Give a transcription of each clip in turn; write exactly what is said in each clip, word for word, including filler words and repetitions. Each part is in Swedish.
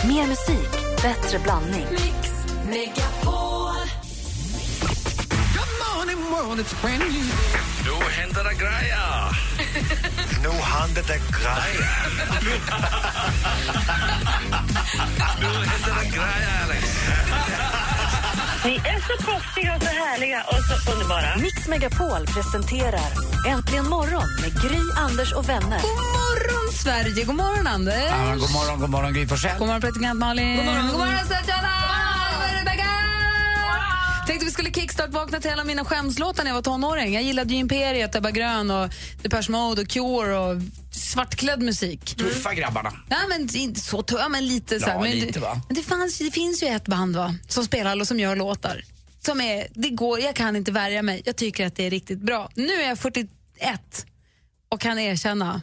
Mer musik, bättre blandning. Mix Megapol. Good morning world, it's brand new. Nu händer det grejer. Nu händer det grejer. Nu händer det grejer, Alex. Ni är så proffsiga och så härliga och så underbara. Mix Megapol presenterar Äntligen morgon med Gry, Anders och vänner. God morgon Sverige, god morgon Anders. Ja, god morgon, god morgon Gry Forssell. God morgon praktikant Malin. God morgon, god morgon Sötjana. God morgon Rebecca. Tänkte vi skulle kickstart-vakna till alla mina skämslåtar när jag var tonåring. Jag gillade ju Imperiet, Ebba Grön och Depeche Mode och Cure och svartklädd musik. Tuffa grabbarna. Ja, men inte så tuffa, men lite så här. Ja, men lite, va? Men det, fanns, det finns ju ett band va, som spelar och som gör låtar. Som är, det går, jag kan inte värja mig. Jag tycker att det är riktigt bra. Nu är jag fyrtioett och kan erkänna.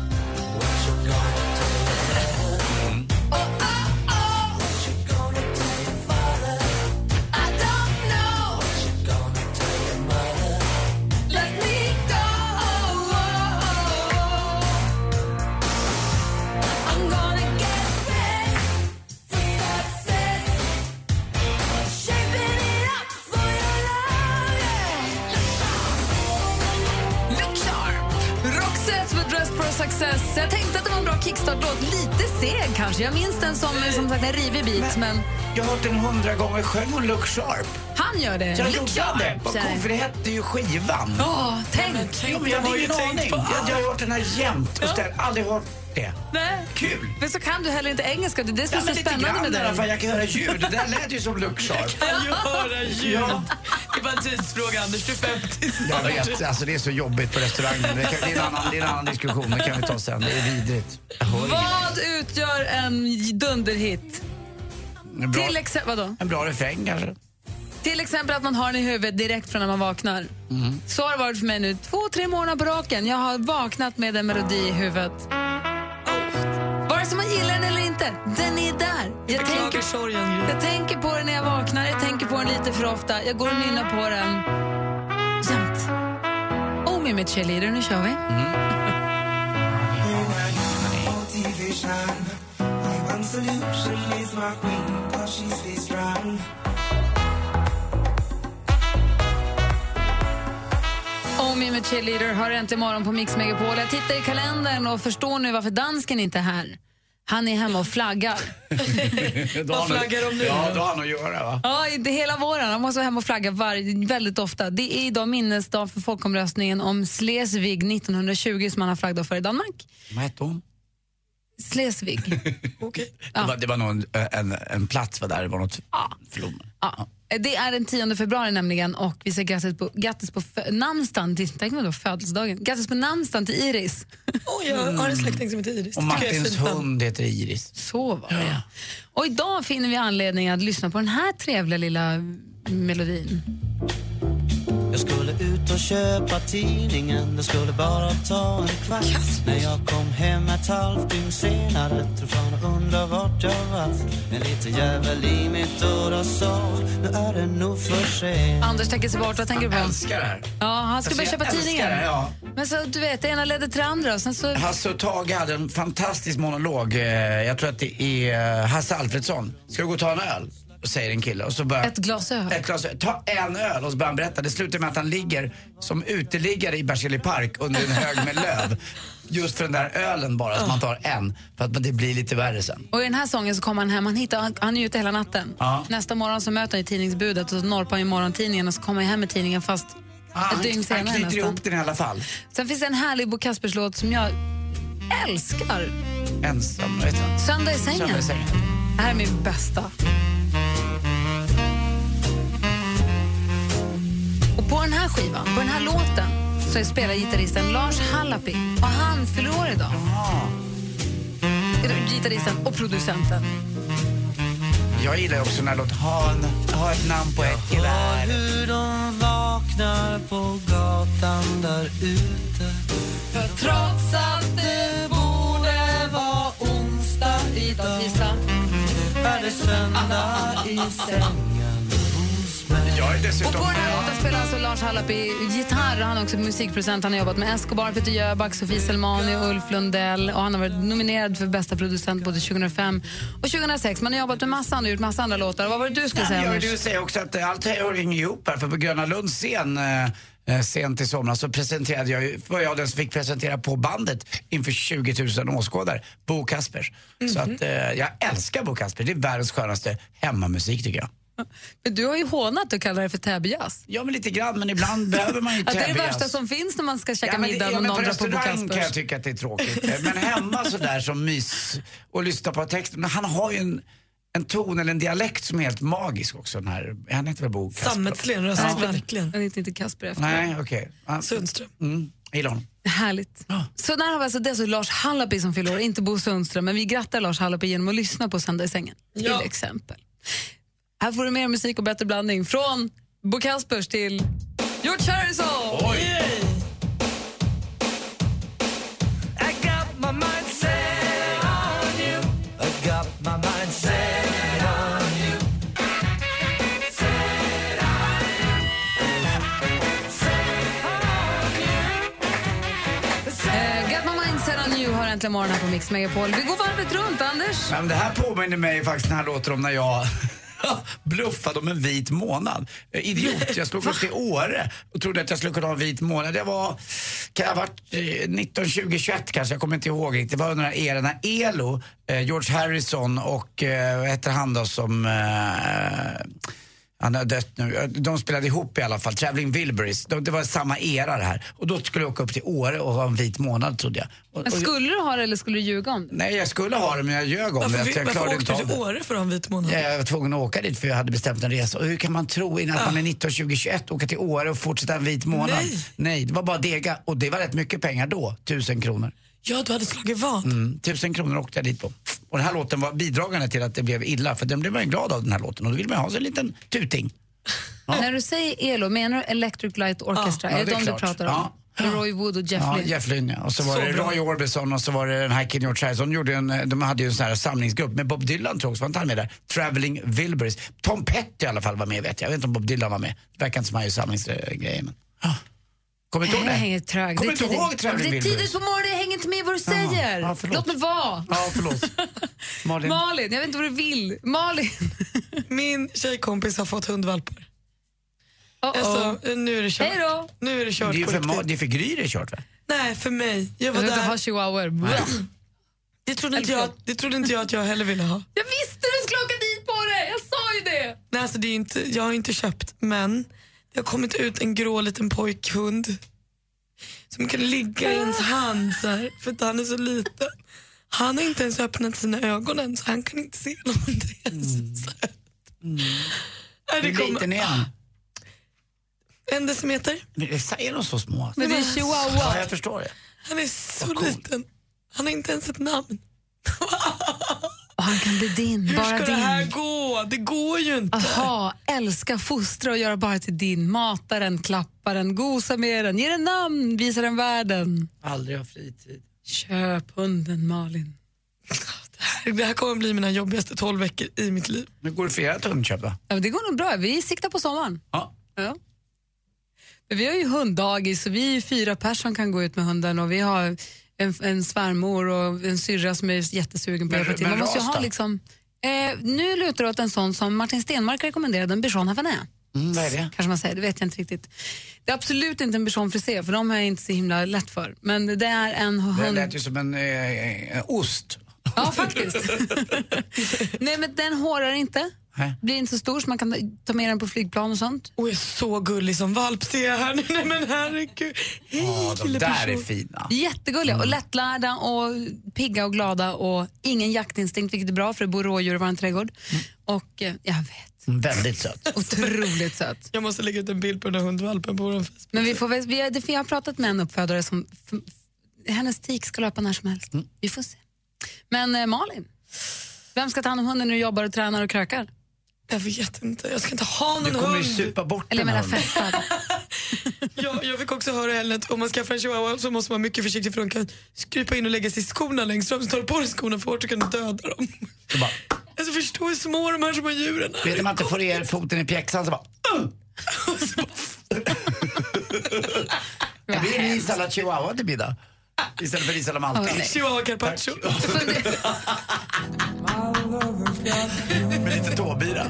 Success. Jag tänkte att det var en bra kickstart-låt. Lite seg kanske. Jag minns den som, som sagt en rivig bit. Men, men... Jag har hört den hundra gånger. Sjöng hon Look Sharp? Han gör det. Jag Look gjorde Sharp. det. Vad kom, för det hette ju skivan. Åh, tänk. Men, tänk ja, men jag har ju ingen aning. Jag, jag har hört den här jämt. Och ställ, aldrig hört det. Nej. Kul. Men så kan du heller inte engelska. Det är det som ja, är så spännande med det. För jag kan höra ljud. Det där lät ju som Look Sharp. Kan ju höra ljud. Ja. Det var en tidsfråga, Anders. Du är femtio. Jag vet, alltså det är så jobbigt på restaurangen. Det, kan, det, är en annan, det är en annan diskussion, det kan vi ta sen. Det är vidrigt. Vad utgör en dunderhit? En bra, Till exempel, vadå? En bra refräng kanske. Till exempel att man har den i huvudet direkt från när man vaknar. Mm. Så har det varit för mig nu. Två, tre månader på raken. Jag har vaknat med en melodi i huvudet. Vare sig man gillar den eller inte, den är där. Jag, tänker, sorgen, jag tänker på den när jag vaknar. Jag tänker på den lite för ofta. Jag går och nynnar på den jämt. Oh, med mitt cheerleader, nu kör vi. Mm. Omi med cheerleader har äntligen morgon på Mix Megapol. Jag tittar i kalendern och förstår nu varför dansken inte är här. Han är hemma och flaggar. Vad flaggar de nu? Ja, då har han att göra va? Ja, det hela våren. Han måste vara hemma och flagga var, väldigt ofta. Det är idag minnesdag för folkomröstningen om Schleswig nittonhundratjugo som han har flaggat för i Danmark. Vad hette hon? Schleswig. Okay. Ja. Det var, det var någon, en, en plats var där, det var något ja. flum. Ja. Ja. Det är den tionde februari nämligen och vi säger grattis på, grattis på f- namnsdagen till, tänk mig då, födelsedagen. Grattis på namnsdagen till Iris. Oh, jag har en släkting som heter Iris. Och Martins hund heter Iris. Så var det. Ja. Och idag finner vi anledning att lyssna på den här trevliga lilla melodin. Jag skulle ut och köpa tidningen. Det skulle bara ta en kvart. När jag kom hem ett halvt dygn senare tror fan och undrar vart jag var. En liten jävel i mitt öra sa nu är det nog för sent. Anders tänker sig bort, vad tänker du på? Jag älskar det här. Ja, han skulle alltså, börja köpa tidningen. Det, ja. Men så du vet, det ena ledde till det andra och sen så... Hasse och Tage hade en fantastisk monolog. Jag tror att det är Hasse Alfredsson. Ska du gå och ta en öl? Säger en kille och så börjar, ett glas öl. Ett glas öl. Ta en öl och så börjar han berätta. Det slutar med att han ligger som uteliggare i Berzelii park under en hög med löv. Just för den där ölen bara, så man tar en. För att det blir lite värre sen. Och i den här sången så kommer han hem, han, hittar, han, han är ute hela natten. Ja. Nästa morgon så möter han i tidningsbudet och så norpar han i morgontidningen och så kommer han hem med tidningen fast ah, ett dygn senare. Han knyter nästan. ihop den i alla fall. Sen finns det en härlig Bo Kaspers-låt som jag älskar. Ensam, vet du? Söndag i sängen. Söndag i sängen. Det här är min bästa. Och på den här skivan, på den här låten så spelar gitarristen Lars Hallapi och han fyller år idag. Är gitarristen och producenten. Jag gillar också när låt ha, en, ha ett namn på ett gevär. Jag hör hur de vaknar på gatan där ute. För trots att det borde vara onsdag idag tisdag är det söndag i sängen hos mig. jag är Och dessutom... på den här låten spelar alltså Lars Hallapi gitarr. Han är också musikproducent. Han har jobbat med Escobar, Peter Jöback, Sofie Selmani och Ulf Lundell. Och han har varit nominerad för bästa producent både tjugohundrafem och tjugohundrasex. Man har jobbat med massa andra, gjort massa andra låtar. Och vad var det du skulle säga, Jag Anders? vill säga också att allt hänger ihop här. För på Gröna Lunds scen, eh, sent i somras, så presenterade jag ju, var jag den som fick presentera på bandet inför tjugo tusen åskådare, Bo Kaspers. Mm-hmm. Så att eh, jag älskar Bo Kaspers. Det är världens skönaste hemmamusik, tycker jag. Men du har ju hånat och kallar det för täbjazz. Ja, men lite grann, men ibland behöver man ju Att det är det täbjazz. värsta som finns när man ska käka Ja, men det- middag ja, och men någon på drar på Bo restaurang kan jag Kaspers. tycka att det är tråkigt. Men hemma så där som mys och lyssna på texten. Men han har ju en, en ton eller en dialekt som är helt magisk också. Den här, han heter väl Bo Kasper? Sammetslen röst, Ja. verkligen. Han heter inte Kasper efter. Nej, okej. Okay. Sundström. Mm, jag gillar honom. Härligt. Ja. Så där har vi alltså, det är alltså Lars Hallapi som fyller år, inte Bo Sundström. Men vi grattar Lars Hallapi genom att lyssna på Sända i sängen. Ja. Till exempel. Här får du mer musik och bättre blandning. Från Bo Kaspers till George Harrison. Oj! I got my mind set on you. I got my mind set on you. Set on you. Set on you. Uh, Get My Mind Set On You har äntligen morgon här på Mix Megapol. Vi går varvet runt, Anders. Ja, men det här påminner mig faktiskt, den här låten om när jag bluffade om en vit månad. Eh, Idiot, jag slog upp till Åre och trodde att jag skulle kunna ha en vit månad. Det var, kan jag ha varit eh, nitton, tjugo, tjugoett kanske, jag kommer inte ihåg riktigt. Det var under den här eran när Elo, eh, George Harrison och eh, vad heter han då som... Eh, han har dött nu. De spelade ihop i alla fall, Traveling Wilburys. De, det var samma era det här. Och då skulle jag åka upp till Åre och ha en vit månad, trodde jag. Och, Men och, skulle du ha det eller skulle du ljuga om det? nej, jag skulle ha det, men jag ljög om det. Varför, Att jag varför klarade åkte inte du av till det. Åre för att ha en vit månad? Jag var tvungen att åka dit för jag hade bestämt en resa. Och hur kan man tro innan att man är nitton, tjugo, tjugoett åka till Åre och fortsätta en vit månad? Nej. Nej, det var bara dega. Och det var rätt mycket pengar då, tusen kronor. Ja, du hade slagit vad? Mm, tusen kronor åkte jag dit på. Och den här låten var bidragande till att det blev illa. För den blev man ju glad av, den här låten. Och då vill man ha sig en liten tuting. Ja. När du säger Elo, menar du Electric Light Orchestra? Ja, är det det är de du klart. pratar om? Ja. Med Roy Wood och Jeff Ja, Lynne? Jeff Lynne, ja. Och så var Så det bra. Roy Orbison och så var det den här Kid George Harrison. Gjorde en, de hade ju en sån här samlingsgrupp med Bob Dylan, tror jag, så var inte han med där. Traveling Wilburys. Tom Petty i alla fall var med, vet jag. Jag vet inte om Bob Dylan var med. Det verkar inte som han gör samlingsgrejer, men... Ja. Kommer inte ihåg Jag det? hänger trög. Kommer Det är inte ihåg tidigt. Traveling Det är Wilburys? tidigt på morgonen, jag hänger inte med vad du säger. Ja, förlåt. Låt mig vara. Ja, förlåt. Malin. Malin, jag vet inte vad du vill. Malin. Min tjejkompis har fått hundvalpar. Oh, oh. Alltså, nu är det kört. Hej då. Nu är det kört Det är på för, Ma- riktigt. det är för Gry det är kört, va? Nej, för mig. Jag var Jag ska där. ha chihuahuor. Det trodde, inte jag, det trodde inte jag att jag heller ville ha. Jag visste du skulle åka dit på det. Jag sa ju det. Nej, alltså det är inte, jag har inte köpt, men det har kommit ut en grå liten pojkhund som kan ligga i ens hand så här, för att han är så liten. Han har inte ens öppnat sina ögon än, så han kan inte se någonting. Mm. Så här. Mm. Nej, Hur liten är han? En decimeter. Det säger de så små. Men det är Ja, chihuahua. jag förstår det. Han är så Vad cool. liten. Han har inte ens ett namn. Och han kan bli din, Hur bara ska din. det här gå? Det går ju inte. Aha, älska, fostra och göra bara till din. Mata den, klappa den, gosa med den, ge den namn, visa den världen. Aldrig ha fritid. Köp hunden, Malin. Det här, det här kommer bli mina jobbigaste tolv veckor i mitt liv. Men går det för ert hundköp, va? Ja, men det går nog bra, vi siktar på sommaren. Ja. Ja. Men vi har ju hunddagis så vi är fyra personer som kan gå ut med hunden och vi har en, en svärmor och en syrra som är jättesugen på att Men- hjälpa till. men Man måste ju ras ha då? liksom, eh, nu lutar det åt en sån som Martin Stenmark rekommenderade, en bichon havanais. Mm, vad är det? Kanske man säger, det vet jag inte riktigt. Det är absolut inte en bichon frisé för de har jag inte så himla lätt för. Men det är en Det hund... lät ju som en eh, eh, ost. Ja, faktiskt. Nej, men den hårar inte. Nej. Blir inte så stor så man kan ta med den på flygplan och sånt. Och är så gullig som valp ser jag här nu. Nej men herregud. Hej Ja, de lilla där person. är fina. Jättegulliga och lättlärda och pigga och glada och ingen jaktinstinkt, vilket är bra för det bor rådjur i vår trädgård. Och eh, jag vet, Mm, väldigt söt. otroligt söt. Jag måste lägga ut en bild på den här hundvalpen på vår Facebook. Men vi får väl, vi har, vi har pratat med en uppfödare som f, f, hennes tik ska löpa när som helst. Vi får se. Men eh, Malin, vem ska ta hand om hunden när du jobbar och tränar och krökar? Jag vet inte, jag ska inte ha Du någon kommer ju hund. supa bort Eller den jag här menar hunden. festar. Jag, jag fick också höra Ellen att om man skaffar en chihuahua så måste man vara mycket försiktig för de kan skrypa in och lägga sig i skorna längst fram. Så tar du på dig skorna för hårt så kan du döda dem. Så bara, Alltså förstå hur små de här små djuren är. vet du, man inte får er foten i pjäxan så bara... Uh! Det blir en is alla chihuahua till middag. Istället för is alla Malta. Oh, chihuahua carpaccio. Med lite tåbira.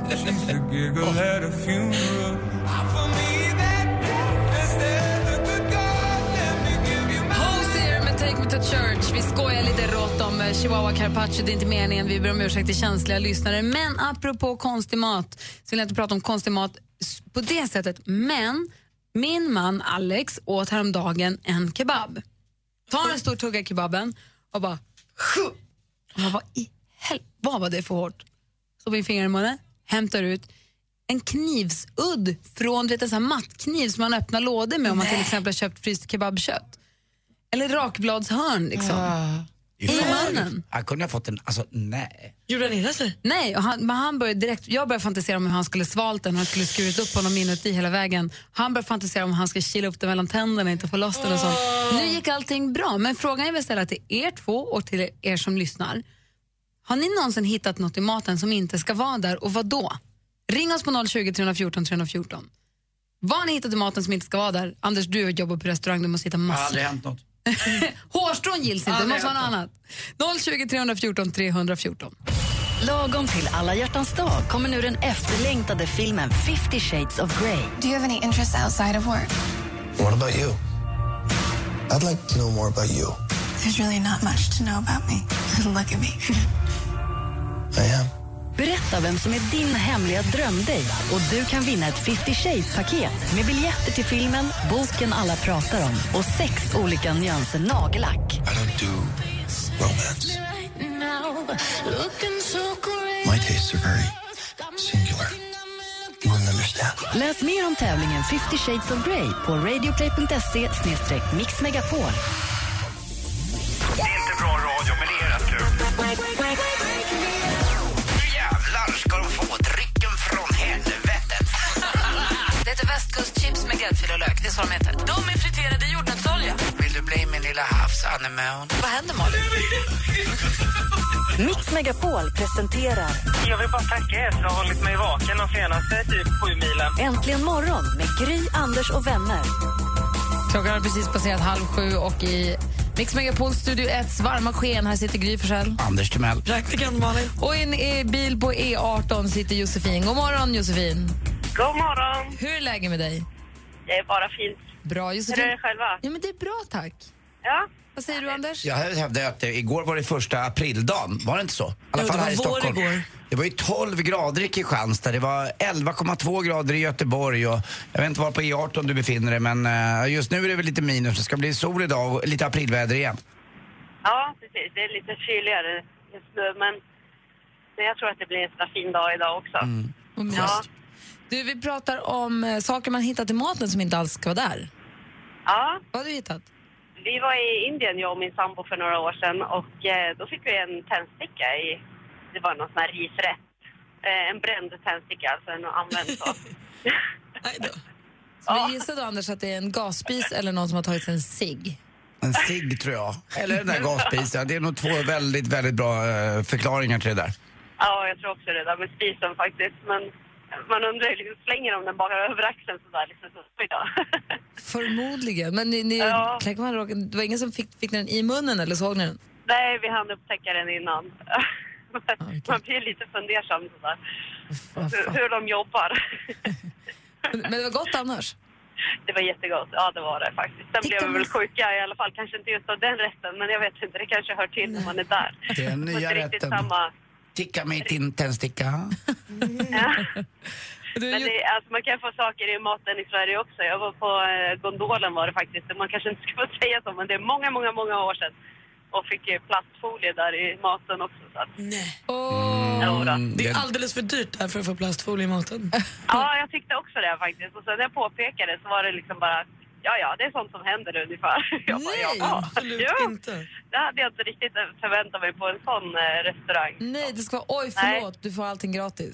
Hosier med Take Me to Church. Vi skojar lite rått om chihuahua carpaccio. Det är inte meningen. Vi ber om ursäkt till känsliga lyssnare. Men apropå konstig mat så vill jag inte prata om konstig mat på det sättet. Men min man Alex åt häromdagen en kebab. Tar en stor tugga kebaben och bara... Och jag bara, i hel... Vad var det för hårt? Så min finger i munnen, hämtar ut en knivsudd från, du vet, en sån här mattkniv som man öppnar lådor med om man till exempel har köpt fryst kebabkött. Eller rakbladshörn liksom. Ah. I munnen. Jag kunde ha fått en, alltså nej. Gjorde han illa sig? Nej, och han, men han började direkt, jag började fantisera om hur han skulle svalt den, han skulle skurit upp honom inuti hela vägen. Han började fantisera om hur han skulle kila upp den mellan tänderna, inte få loss den och sånt. Nu gick allting bra, men frågan jag vill ställa till er två och till er som lyssnar. Har ni någonsin hittat något i maten som inte ska vara där, och vad då? Ring oss på noll tjugo, tre fjorton, tre fjorton. Vad har ni hittat i maten som inte ska vara där? Anders, du jobbar på restaurang, du måste hitta massor. Det har aldrig hänt något. Hårstrån gills inte, det måste vara något annat. noll tjugo, tre fjorton, tre fjorton. Lagom till alla hjärtans dag kommer nu den efterlängtade filmen Fifty Shades of Grey. Do you have any interests outside of work? What about you? I'd like to know more about you. There's really not much to know about me. Look at me. I am. Berätta vem som är din hemliga drömdejt och du kan vinna ett Fifty Shades-paket med biljetter till filmen, boken alla pratar om och sex olika nyanser nagellack. I don't do romance. My tastes are very singular. You wouldn't understand. Läs mer om tävlingen Fifty Shades of Grey på radioplay punkt se slash mixmegapol. Det är inte bra radio, men det är rätt kul. Jävlar ska de få drycken från helvetet. Det heter västkustchips med gräddfil och lök, det är så de heter. De är friterade i jordnötsolja. Vill du bli min lilla havsanemon? Vad händer, Malin? Mix Megapol presenterar... Jag vill bara tacka er för att ha hållit mig vaken de senaste typ sju milen. Äntligen morgon med Gry, Anders och vänner. Klockan har precis passerat halv sju och i Mix Megapol Studio ett varma sken. Här sitter Gry Forssell. Anders Timell. Praktikant Malin. Och i en e- bil på E arton sitter Josefin. God morgon, Josefin. God morgon. Hur är läget med dig? Det är bara fint. Bra, Josefin. Hur är det själva? Ja, men det är bra, tack. Ja. Vad säger du, Anders? Jag hävdade att det, igår var det första aprildagen, var det inte så? I alla Jo, fall det här i var vår Stockholm. igår. Det var ju tolv grader i Kristianstad, det var elva komma två grader i Göteborg och jag vet inte var på E arton du befinner dig, men uh, just nu är det väl lite minus. Det ska bli sol idag och lite aprilväder igen. Ja, precis. Det är lite kyligare just nu, men jag tror att det blir en sån fin dag idag också. Mm. Ja. Du, vi pratar om eh, saker man hittat i maten som inte alls ska vara där. Ja. Vad har du hittat? Vi var i Indien, jag och min sambo, för några år sedan och eh, då fick vi en tändsticka i, det var någon sån här risrätt. Eh, en bränd tändsticka, alltså en använd så. Nej då. Så vi gissar då, Anders, att det är en gasspis eller någon som har tagit sig en cigg. En cigg tror jag. Eller den där gasspisen. Det är nog två väldigt, väldigt bra uh, förklaringar till det där. Ja, jag tror också det där med spisen faktiskt, men man undrar liksom, slänger de den bara över axeln sådär liksom, så ja. Förmodligen, men ni, ni, Ja. man råka, det var ingen som fick, fick den i munnen eller såg ni den? Nej, vi hann upptäcka den innan. okay. Man blir lite fundersam sådär. Vad Hur, fan. hur de jobbar. men, men det var gott annars? Det var jättegott, ja det var det faktiskt. Sen Titta blev vi väl med- sjuka i alla fall, kanske inte just av den rätten, men jag vet inte, det kanske hör till när man är där. Det är den Men nya inte riktigt rätten. samma. Ticka mig till tändsticka. Ja. Du, Men det, alltså, man kan få saker i maten i Sverige också. Jag var på eh, gondolen var det faktiskt. Man kanske inte ska få säga så, men det är många, många, många år sedan. Och fick eh, plastfolie där i maten också. Så att, Nej. Åh. jo då. Det är alldeles för dyrt där för att få plastfolie i maten. Ja, jag tyckte också det faktiskt. Och sen när jag påpekade så var det liksom bara, ja, ja, det är sånt som händer ungefär. Jag bara, Nej, ja, absolut ja. inte. Det hade jag inte riktigt förväntat mig på en sån eh, restaurang. Nej, det ska vara oj förlåt, du får allting gratis.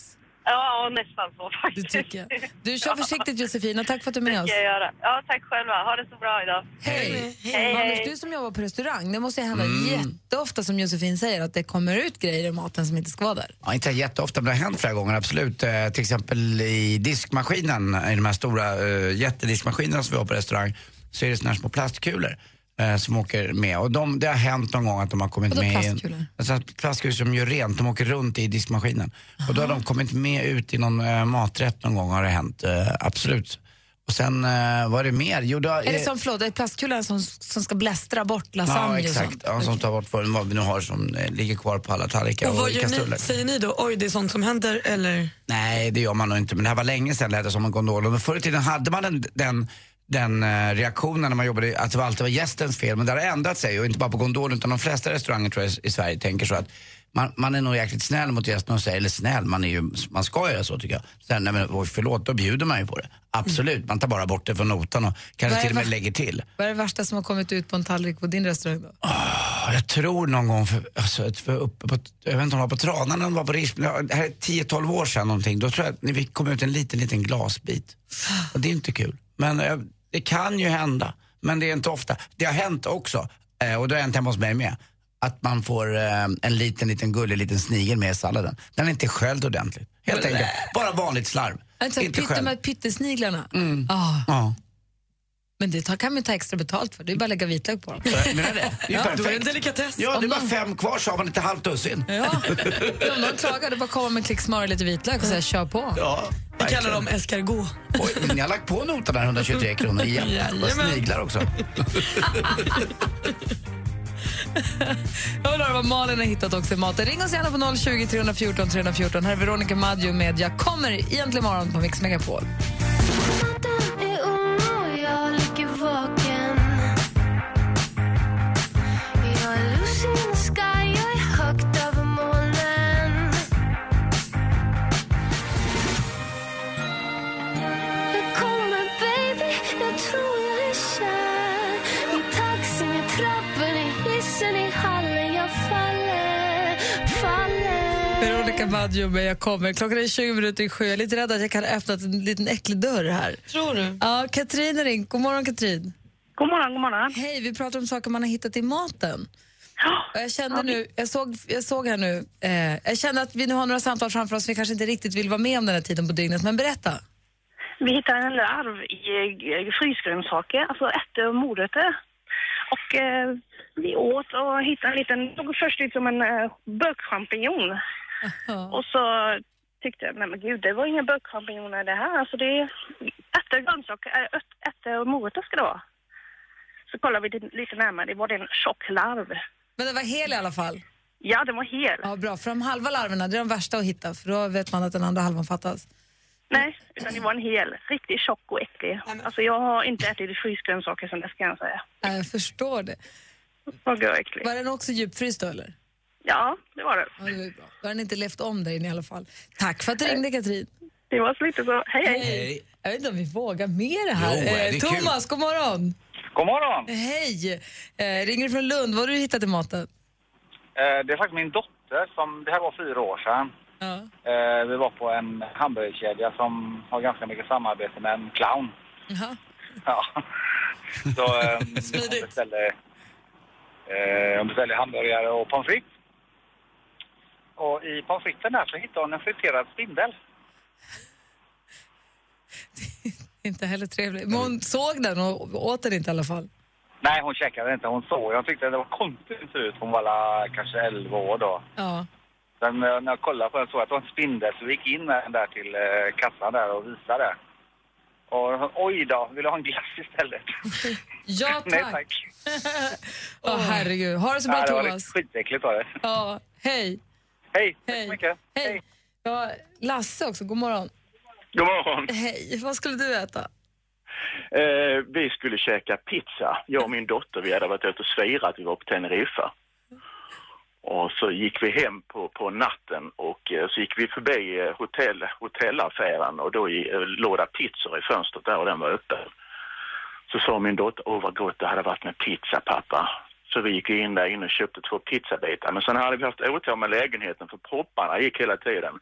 Ja, nästan så faktiskt. Det tycker jag. Du kör försiktigt Josefin och tack för att du är med oss. Det ska jag göra. Ja, tack själva. Ha det så bra idag. Hej. Hej, hej. Anders, du som jobbar på restaurang, det måste hända mm. jätteofta som Josefin säger att det kommer ut grejer i maten som inte ska vara där. Ja, inte jätteofta, men det har hänt flera gånger, absolut. Eh, till exempel i diskmaskinen, i de här stora eh, jättediskmaskinerna som vi har på restaurang, så är det såna här små plastkulor eh, som åker med. Och de, det har hänt någon gång att de har kommit Vadå med plastkulor? i en, alltså plastkulor som gör rent, de åker runt i diskmaskinen. Aha. Och då har de kommit med ut i någon eh, maträtt någon gång, har det hänt, eh, absolut. Och sen eh, var det mer. Jo, då, är det som, förlåt, är det plastkulan som, som ska blästra bort lasagne? Ja, exakt. Ja, som tar bort vad vi nu har som eh, ligger kvar på alla tallrikar och, och, och i kastruller. Ni, säger ni då, oj det är sånt som händer, eller? Nej, det gör man nog inte. Men det här var länge sedan det hette som en gondol. Och förr i tiden hade man den, den, den uh, reaktionen när man jobbade, att det alltid var gästens fel. Men det har ändrat sig, och inte bara på gondolen utan de flesta restauranger tror jag i Sverige tänker så att Man, man är nog jäkligt snäll mot gästerna och säger, eller snäll, man, är ju, man ska göra så tycker jag. Sen, nej men förlåt, då bjuder man ju på det. Absolut, man tar bara bort det från notan och kanske till och med lägger till. Vad är det värsta som har kommit ut på en tallrik på din restaurang då? Oh, jag tror någon gång, för, alltså, för uppe på, jag vet inte om det var på Tranan eller om det var på Risp, det här är tio tolv år sedan någonting, då tror jag att vi kom ut en liten, liten glasbit. Och det är inte kul. Men eh, det kan ju hända, men det är inte ofta. Det har hänt också, eh, och det har hänt hemma hos mig med. Att man får eh, en liten, liten gullig liten snigel med i salladen. Den är inte sköljd ordentligt. Helt Men, enkelt. Bara vanligt slarv. Alltså, inte pytte sköljd. med pyttesniglarna? Mm. Ah. Ja. Men det tar, kan man ta extra betalt för. Det är bara att lägga vitlök på dem. Men det, det är ju ja, perfekt. då är det en delikatess. Ja, det är bara de... fem kvar så har man inte halvt dussin. Ja. Om någon klagar, det bara komma med klicksmör och lite vitlök och säga kör på. Ja, vi kallar dem escargot. Oj, men ni har lagt på notan där hundratjugotre kronor igen. Och sniglar också. Jag undrar vad Malin har hittat också i maten. Ring oss gärna på noll tjugo, tre fjorton, tre fjorton. Här är Veronica Maggio med Jag kommer egentligen morgon på Mix Megapol. Veronica Maggio med Jag kommer. Klockan är tjugo minuter i sju. Jag är lite rädd att jag kan öppna en liten äcklig dörr här. Tror du? Ja, Katrin är ring. God morgon, Katrin. God morgon, god morgon. Hej, vi pratar om saker man har hittat i maten. Och jag kände nu, jag såg, jag såg här nu, eh, jag kände att vi nu har några samtal framför oss vi kanske inte riktigt vill vara med om den här tiden på dygnet, men berätta. Vi hittade en larv i, i frysgrönsaker, alltså ärtor och morötter. Och eh, vi åt och hittade en liten, det såg först ut som en eh, bökchampinjon. Och så tyckte jag, nej men gud, det var inga bökchampinjoner det här. Alltså det är ärtor, grönsaker, ärtor och morötter ska det vara. Så kollade vi lite närmare, det var en tjock larv. Men det var hel i alla fall? Ja, den var hel. Ja, bra. För de halva larverna, det är de värsta att hitta, för då vet man att den andra halvan fattas. Nej, utan det var en hel, riktigt tjock och äcklig. Alltså jag har inte ätit frysgrönsaker som det ska jag säga. Ja, jag förstår det. Vad äcklig. Var den också djupfryst då, eller? Ja, det var det. Ja, det var bra. Då har den inte levt om där inne i alla fall. Tack för att du ringde, Katrin. Det var så lite så. Hej, hej. Hej. Jag vet inte om vi vågar med det här. Jo, det är eh, Thomas, kul. god morgon. God morgon! Hej! Eh, ringer du från Lund? Vad har du hittat i maten? Eh, det är faktiskt min dotter som, det här var fyra år sedan. Ja. Eh, vi var på en hamburgerkedja som har ganska mycket samarbete med en clown. Jaha. Ja. Så eh, hon beställde, eh, hon beställde hamburgare och pommes frites. Och i pommes fritesen där så hittade hon en friterad spindel. Inte heller trevligt. Men hon såg den och åt den inte i alla fall. Nej, hon käkade inte. Hon såg. Jag tyckte det var konstigt ut. Hon var alla, kanske elva år då. Ja. Sen när jag kollade på den så att det var en spindel så vi gick in med den där till eh, kassan där och visade. Och oj då, vill du ha en glass istället? Ja, tack. Nej, tack. Åh, oh, herregud. Ha det så bra, ja, det var Thomas. skitäckligt var det. Ja, hej. Hej, tack Hej. så mycket. Hej. Hej. Ja, Lasse också, god morgon. God morgon. Hej, vad skulle du äta? Eh, vi skulle käka pizza. Jag och min dotter, vi hade varit ute och svirat, vi var på Teneriffa. Och så gick vi hem på, på natten och eh, så gick vi förbi eh, hotell, hotellaffären och då i, eh, låg där pizzor i fönstret där och den var öppen. Så sa min dotter, åh vad gott det hade varit med pizza pappa. Så vi gick in där inne och köpte två pizzabitar. Men sen hade vi haft otur med lägenheten för propparna gick hela tiden.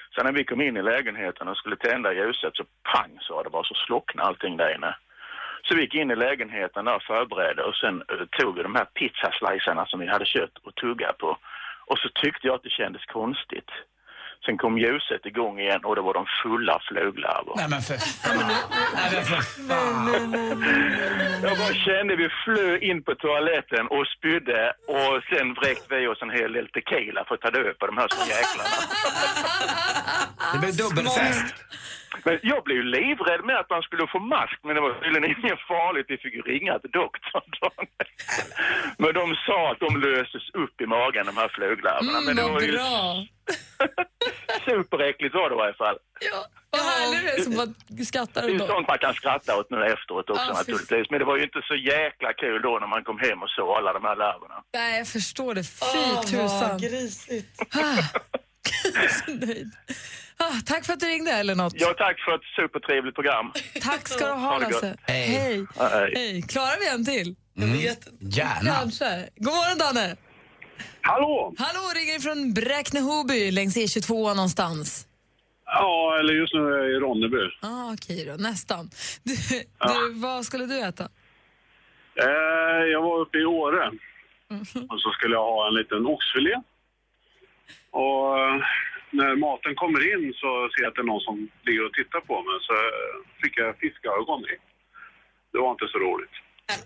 Sen när vi kom in i lägenheten och skulle tända ljuset så pang sa det bara, så slocknade allting där inne. Så vi gick in i lägenheten där och förberedde och sen uh, tog vi de här pizzaslicerna som vi hade kött och tugga på. Och så tyckte jag att det kändes konstigt. Sen kom ljuset igång igen och det var de fulla fluglarver. Nej men för fan. Nej men för fan. Jag bara kände vi flög in på toaletten och spydde och sen vräkte vi oss en hel del tequila för att ta död på de här små jäklarna. Det blev dubbelfest. Men jag blev ju livrädd med att man skulle få mask, men det var tydligen inget farligt. Vi fick ju ringa till doktorn. Men de sa att de löses upp i magen, de här fluglarverna. Mm, men det var ju bra. superäckligt var det i alla fall. Ja, vad härligt det är som bara skrattar. Det är ju sånt man kan skratta åt nu efteråt också ah, naturligtvis. Men det var ju inte så jäkla kul då när man kom hem och såg alla de här larverna. Nej, jag förstår det. Fy oh, tusan. Vad grisigt. Så nöjd. Ah, tack för att du ringde eller något. Ja, tack för ett supertrevligt program. Tack ska du ha, Lasse. Hej. Hej. Hej. Hej. Klarar vi en till? Mm. Jag vet. Gärna. Kanske. God morgon, Danne. Hallå. Hallå, ringer från Bräkne-Hoby längs E tjugotvå någonstans. Ja, eller just nu är jag i Ronneby. Ah, okej då, nästan. Du, ja. du, vad skulle du äta? Eh, jag var uppe i Åre. Mm-hmm. Och så skulle jag ha en liten oxfilé. Och när maten kommer in så ser jag att det är någon som ligger och tittar på mig. Så fick jag fiskögon i. Det var inte så roligt.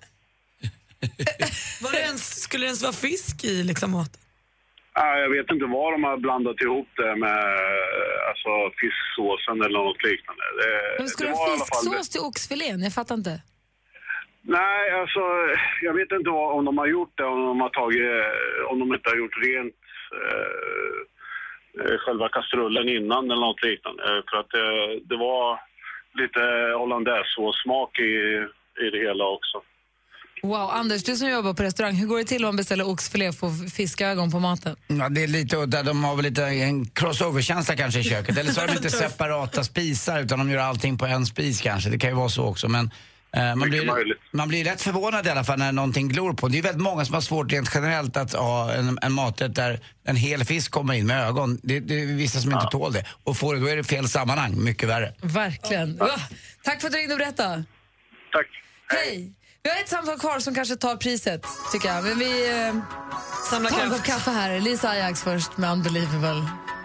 Var det ens, skulle det ens vara fisk i liksom maten? Ja, jag vet inte vad de har blandat ihop det med, alltså fisksåsen eller något liknande. Det, Men skulle du ha fisksås till oxfilén? Jag fattar inte. Nej, alltså jag vet inte vad, om de har gjort det, om de har tagit, om de inte har gjort rent eh, själva kastrullen innan eller något liknande. För att det, det var lite hollandaisesås-smak i, i det hela också. Wow, Anders, du som jobbar på restaurang, hur går det till om man beställer oxfilé och får fiskögon på maten? Ja, det är lite udda. De har väl lite en crossover-känsla kanske i köket. Eller så har de inte separata spisar utan de gör allting på en spis kanske. Det kan ju vara så också, men eh, man, blir, man blir rätt förvånad i alla fall när någonting glor på. Det är väldigt många som har svårt rent generellt att ha en, en maträtt där en hel fisk kommer in med ögon. Det, det är vissa som ja. inte tål det. Och får det, då är det fel sammanhang. Mycket värre. Verkligen. Ja. Tack för att du ringde och berättade. Tack. Hej. Vi har ett samtal kvar som kanske tar priset, tycker jag. Men vi eh, Samla tar en kopp kaffe här. Lisa Ajax först med Unbelievable.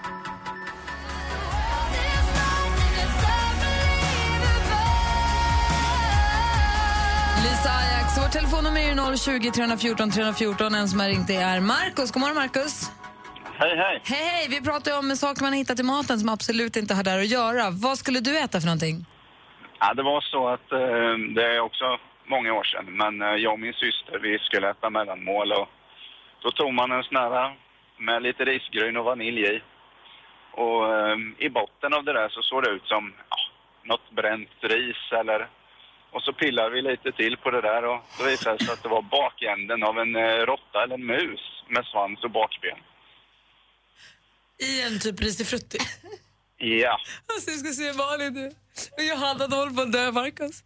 Lisa Ajax, vår telefonnummer är noll tjugo, tre fjorton, tre fjorton. En som har ringt är Marcus. God morgon, Marcus. Hej, hej. Hej, hej. Vi pratar ju om saker man har hittat i maten som absolut inte har där att göra. Vad skulle du äta för någonting? Ja, det var så att eh, det är också många år sedan. Men eh, jag och min syster, vi skulle äta mellanmål. Och då tog man en sån här med lite risgryn och vanilj i. Och eh, i botten av det där så såg det ut som ja, något bränt ris eller... Och så pillar vi lite till på det där och då visade det sig att det var bakänden av en eh, råtta eller en mus med svans och bakben. I en typ risifrutti? Ja. Alltså, jag ska se vanligt nu. Och jag hade hållit på att dö, Marcus.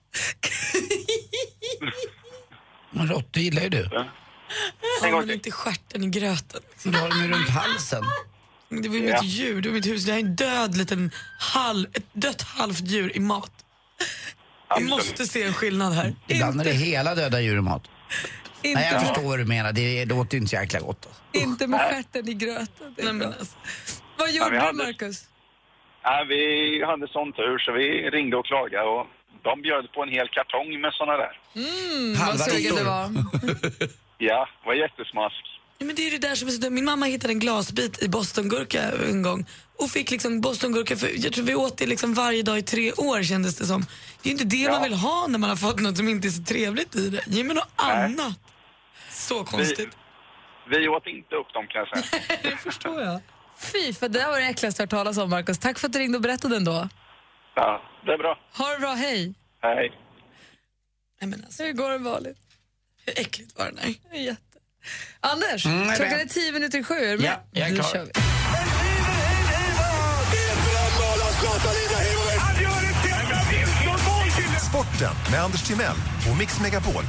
Men råttor gillar ju du. Ja. Har man inte stjärten i gröten? Du har den ju runt halsen. Det var ju ja. mitt djur, det var mitt hus. Det här är en död liten halv, ett dött halvt djur i mat. Vi måste se en skillnad här. Ibland inte. Är det hela döda djur i mat. Inte. Nej, jag förstår vad du menar. Det låter inte så jäkla gott. Alltså. Inte med stjärten i gröten. Nej, men alltså. Vad gjorde ja, du, hade... Marcus? Ja, vi hade sån tur så vi ringde och klagade och de bjöd på en hel kartong med såna där. Mm, vad sugen det var. Ja, det var jättesmask. Ja, men det är det där som är så dumt. Min mamma hittade en glasbit i bostongurka en gång och fick liksom bostongurka för, jag tror vi åt det liksom varje dag i tre år kändes det som. Det är inte det ja. man vill ha när man har fått något som inte är så trevligt i det. Ge mig något Nej. annat. Så konstigt. Vi, vi åt inte upp dem kan jag säga. Det förstår jag. Fy, för det var det äckligaste jag hört talas om, Marcus. Tack för att du ringde och berättade ändå. Ja, det är bra. Ha det bra, hej. Hej. Nej, men alltså. Hur går det vanligt? Hur äckligt var det där? Det är jätte. Anders, mm, klockan är tio minuter i sju. Är ja, jag är klar. Kör vi. Sporten med Anders Timell på Mix Megapol.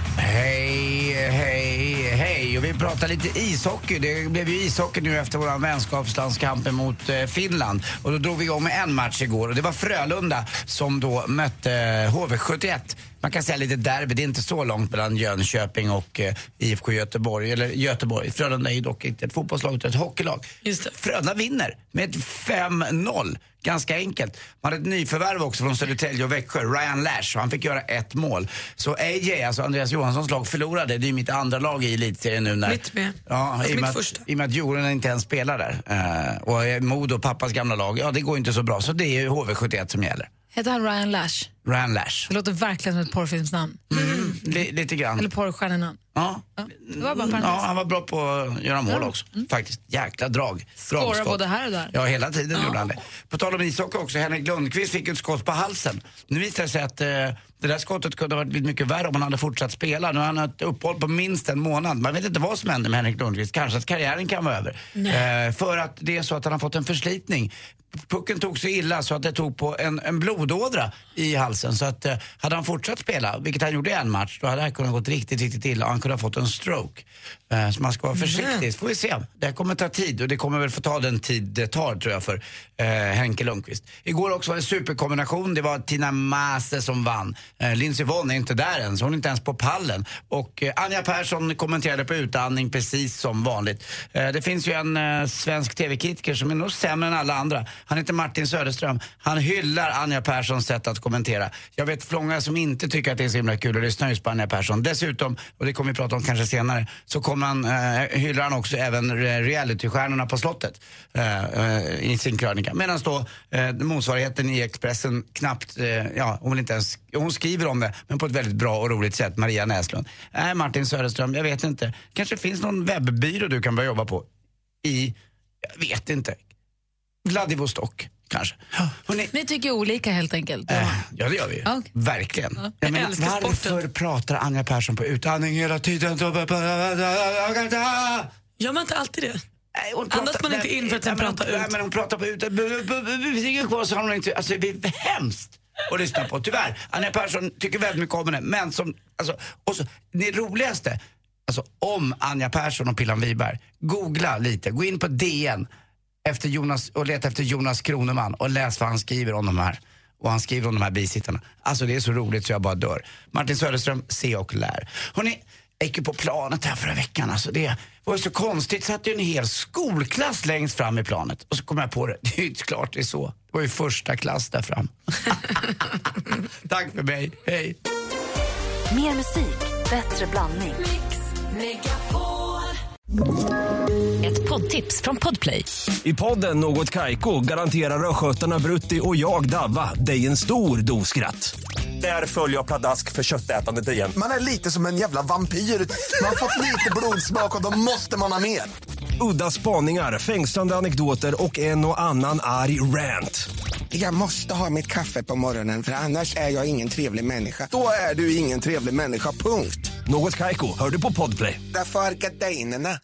Hej, hej, hej. Och vi pratar lite ishockey. Det blev ju ishockey nu efter vår vänskapslandskamp mot eh, Finland. Och då drog vi igång med en match igår. Och det var Frölunda som då mötte eh, H V sjuttioett. Man kan säga lite derby, det är inte så långt mellan Jönköping och eh, I F K Göteborg. Eller Göteborg. Frölunda är ju dock inte ett fotbollslag utan ett hockeylag. Just det. Frölunda vinner med fem noll. Ganska enkelt. Man hade ett nyförvärv också från Södertälje och Växjö, Ryan Lash, och han fick göra ett mål. Så A J, alltså Andreas Johanssons lag, förlorade. Det är mitt andra lag i elitserien nu. När, mitt med. Ja, alltså i, och med mitt att, i och med att Djurgården inte ens spelar där. Uh, och Modo, pappas gamla lag, ja det går inte så bra. Så det är ju H V sjuttioett som gäller. Heter han Ryan Lash? Ryan Lash. Det låter verkligen som ett porrfilmsnamn. Mm, li, lite grann. Eller porrstjärnenamn. Ja. Ja, det var bara ja, han var bra på att göra mål också. Mm. Faktiskt, jäkla drag. Skåra både här och där. Ja, hela tiden ja. gjorde han det. På tal om ishockey också, Henrik Lundqvist fick ett skott på halsen. Nu visar det sig att eh, det där skottet kunde ha varit mycket värre om han hade fortsatt spela. Nu har han ett uppehåll på minst en månad. Man vet inte vad som händer med Henrik Lundqvist. Kanske att karriären kan vara över. Eh, för att det är så att han har fått en förslitning. Pucken tog så illa så att det tog på en, en blodådra i halsen. Så att eh, hade han fortsatt spela, vilket han gjorde i en match, då hade det kunnat gått riktigt, riktigt illa och han kunde ha fått en stroke. Eh, så man ska vara försiktig. Mm. Får vi se. Det här kommer ta tid och det kommer väl få ta den tid det tar, tror jag, för eh, Henke Lundqvist. Igår också var det en superkombination. Det var Tina Maase som vann. Eh, Lindsey Vonn är inte där än, så hon är inte ens på pallen. Och eh, Anja Persson kommenterade på utandning precis som vanligt. Eh, det finns ju en eh, svensk tv-kritiker som är nog sämre än alla andra. Han heter Martin Söderström. Han hyllar Anja Perssons sätt att kommentera. Jag vet flånga som inte tycker att det är så himla kul att lyssna just på Anja Persson. Dessutom, och det kommer vi prata om kanske senare, så kommer han, eh, hyllar han också även realitystjärnorna på slottet eh, eh, i sin krönika. Medan då eh, motsvarigheten i Expressen knappt, eh, ja, hon vill inte ens, hon skriver om det, men på ett väldigt bra och roligt sätt, Maria Näslund. Nej, äh, Martin Söderström, jag vet inte. Kanske finns någon webbyrå du kan börja jobba på i, jag vet inte, Vladivostok, kanske. Hörrni, ni tycker olika helt enkelt. Äh, ja, det gör vi. Okay. Verkligen. Ja. Jag menar, varför sporten. Pratar Anja Persson på utandning hela tiden? Gör man inte alltid det? Nej, hon pratar, andas man inte in för att hon pratar ut. Nej, men hon pratar på utandning. Så har hon inte, alltså det är hemskt att lyssna på. Tyvärr, Anja Persson tycker väldigt mycket om det. Men som, alltså, och så, det roligaste, alltså om Anja Persson och Pillan Wiberg, googla lite, gå in på D N efter Jonas, och leta efter Jonas Kroneman och läs vad han skriver om de här. Och han skriver om de här bisittarna. Alltså det är så roligt så jag bara dör. Martin Söderström, se och lär. Hörrni, jag gick ju på planet här förra veckan. Alltså det var ju så konstigt. Satt ju en hel skolklass längst fram i planet. Och så kom jag på det. Det är ju klart det är så. Det var ju första klass där fram. Tack för mig. Hej. Mer musik, bättre blandning. Mix Megapol. Ett poddtips från Podplay. I podden Något Kaiko garanterar röskötarna Brutti och jag Davva dig en stor doskratt. Där följer jag pladask för köttätandet igen. Man är lite som en jävla vampyr. Man har fått lite blodsmak och då måste man ha mer. Udda spaningar, fängslande anekdoter och en och annan arg rant. Jag måste ha mitt kaffe på morgonen för annars är jag ingen trevlig människa. Då är du ingen trevlig människa, punkt. Något Kaiko, hör du på Podplay. Därför är gardinerna.